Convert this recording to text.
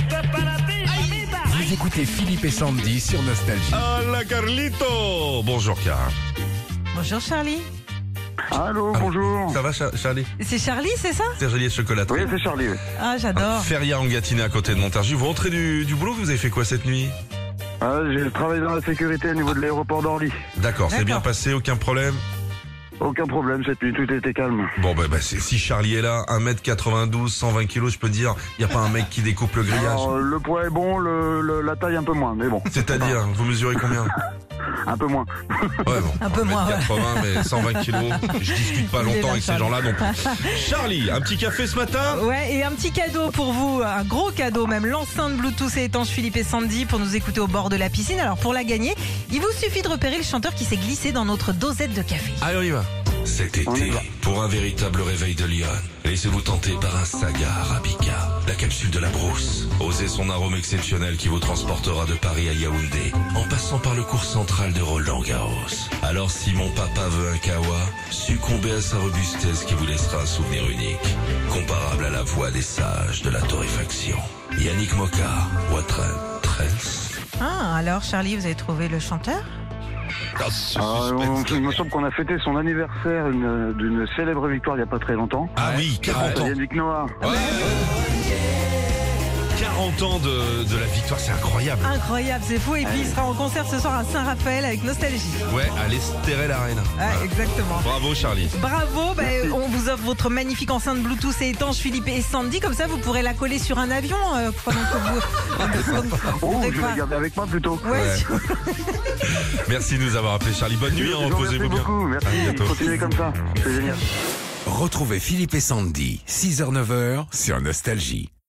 Vous écoutez Philippe et Sandy sur Nostalgie. Ah la Carlito. Bonjour Car. Bonjour Charlie. Allô, bonjour. Ça va Charlie? C'est Charlie, c'est ça? Sergelier chocolaterie. Oui, c'est Charlie. Oui. Ah, j'adore. Feria en Gâtinais à côté de Montargis. Vous rentrez du boulot, vous avez fait quoi cette nuit? J'ai travaillé dans la sécurité au niveau de l'aéroport d'Orly. D'accord, c'est bien passé, aucun problème? Aucun problème cette nuit, tout était calme. Bon si Charlie est là, 1m92, 120 kg, je peux dire, il n'y a pas un mec qui découpe le grillage. Alors, le poids est bon, la taille un peu moins, mais bon. C'est-à-dire, vous mesurez combien? Un peu moins. Ouais, bon, Un peu moins, 1m80, mais 120 kg, je discute pas Il est longtemps là, avec ces Charlie. gens-là non plus. Charlie, un petit café ce matin? Ouais, et un petit cadeau pour vous, un gros cadeau même, l'enceinte Bluetooth et étanche Philippe et Sandy pour nous écouter au bord de la piscine. Alors pour la gagner, il vous suffit de repérer le chanteur qui s'est glissé dans notre dosette de café. Allez, on y va. Cet été, pour un véritable réveil de Lyon, laissez-vous tenter par un Saga Arabica, la capsule de la brousse. Osez son arôme exceptionnel qui vous transportera de Paris à Yaoundé, en passant par le cours central de Roland Garros. Alors si mon papa veut un kawa, succombez à sa robustesse qui vous laissera un souvenir unique, comparable à la voix des sages de la torréfaction. Yannick Moka, Watran, Trens. Ah, alors Charlie, vous avez trouvé le chanteur? Il me semble qu'on a fêté son anniversaire d'une célèbre victoire il n'y a pas très longtemps. Ah oui, 40 ans. Yannick Noah. Ouais. 40 ans de la victoire, c'est incroyable. Incroyable, c'est fou. Et puis il sera en concert ce soir à Saint-Raphaël avec Nostalgie. Ouais, à l'Estérel Arena. Ouais, exactement. Bravo Charlie. Bravo, on vous offre votre magnifique enceinte Bluetooth et étanche Philippe et Sandy, comme ça vous pourrez la coller sur un avion pendant que vous... Oh, je vais la garder avec moi plutôt. Ouais. Merci de nous avoir appelé Charlie. Bonne nuit, reposez-vous bien. Merci beaucoup, merci. bientôt. Continuez comme ça, c'est génial. Retrouvez Philippe et Sandy, 6h-9h sur Nostalgie.